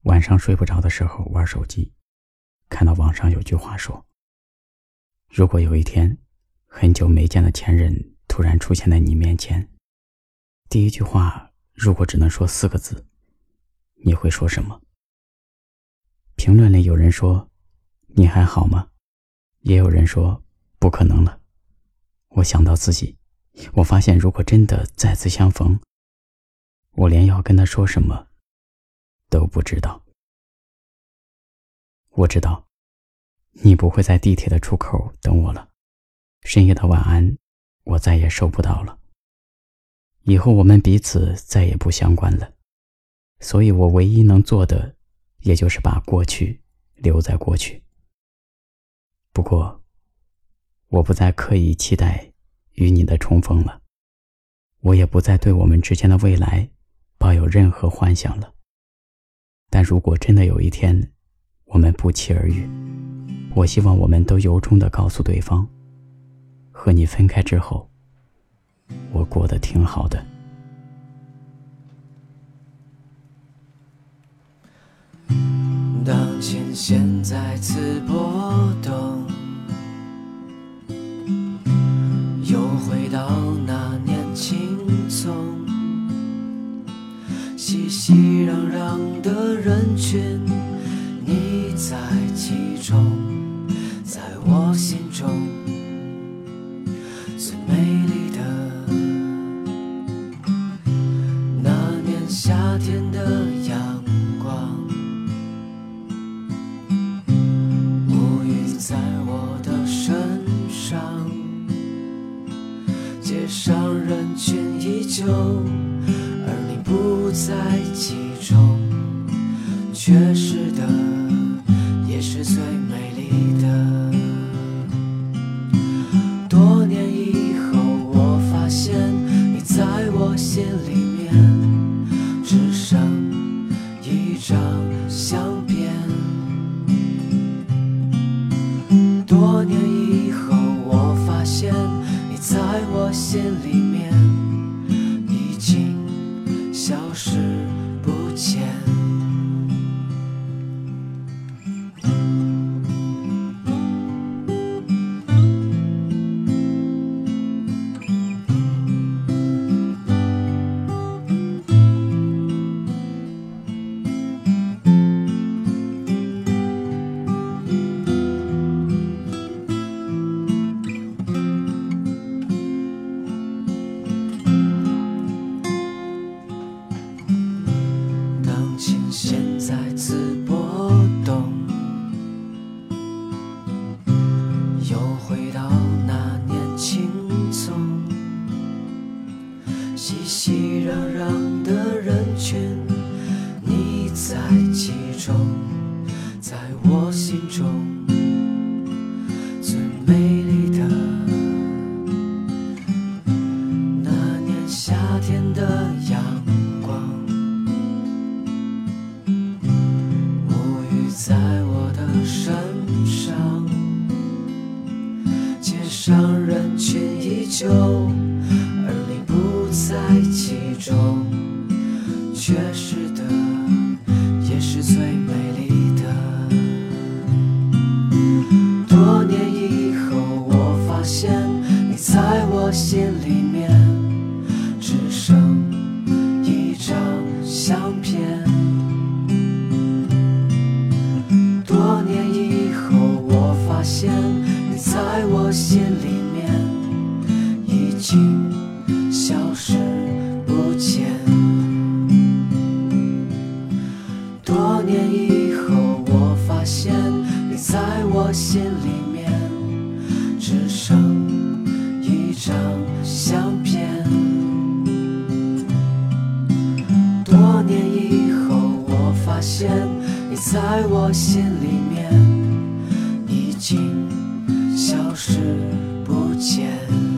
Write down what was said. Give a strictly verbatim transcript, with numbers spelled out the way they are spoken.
晚上睡不着的时候玩手机，看到网上有句话说，如果有一天很久没见的前任突然出现在你面前，第一句话如果只能说四个字，你会说什么？评论里有人说你还好吗？也有人说不可能了。我想到自己，我发现如果真的再次相逢，我连要跟他说什么都不知道。我知道你不会在地铁的出口等我了，深夜的晚安我再也收不到了，以后我们彼此再也不相关了，所以我唯一能做的也就是把过去留在过去。不过我不再刻意期待与你的重逢了，我也不再对我们之间的未来抱有任何幻想了。但如果真的有一天我们不期而遇，我希望我们都由衷地告诉对方，和你分开之后我过得挺好的。 当琴弦再次拨动，又回到那年轻松，熙熙攘攘的人群，你在其中，在我心中最美丽的那年夏天的阳光，沐浴在我的身上，街上人群依旧，而你不在其中，缺失的也是最美丽的。多年以后我发现你在我心里面只剩一张相片，多年以后我发现你在我心里面已经消失不见。琴弦再次拨动，又回到那年轻松，熙熙攘攘的人群，你在其中，在我心中最美丽的那年夏天的阳光，在我的身上，街上人群依旧，而你不在其中，缺失的也是最美丽的。多年以后我发现你在我心里面只剩一张相片，多年以后我发现你在我心里面已经消失不见，多年以后我发现你在我心里面只剩一张相片，多年以后我发现你在我心里面已经消失不见。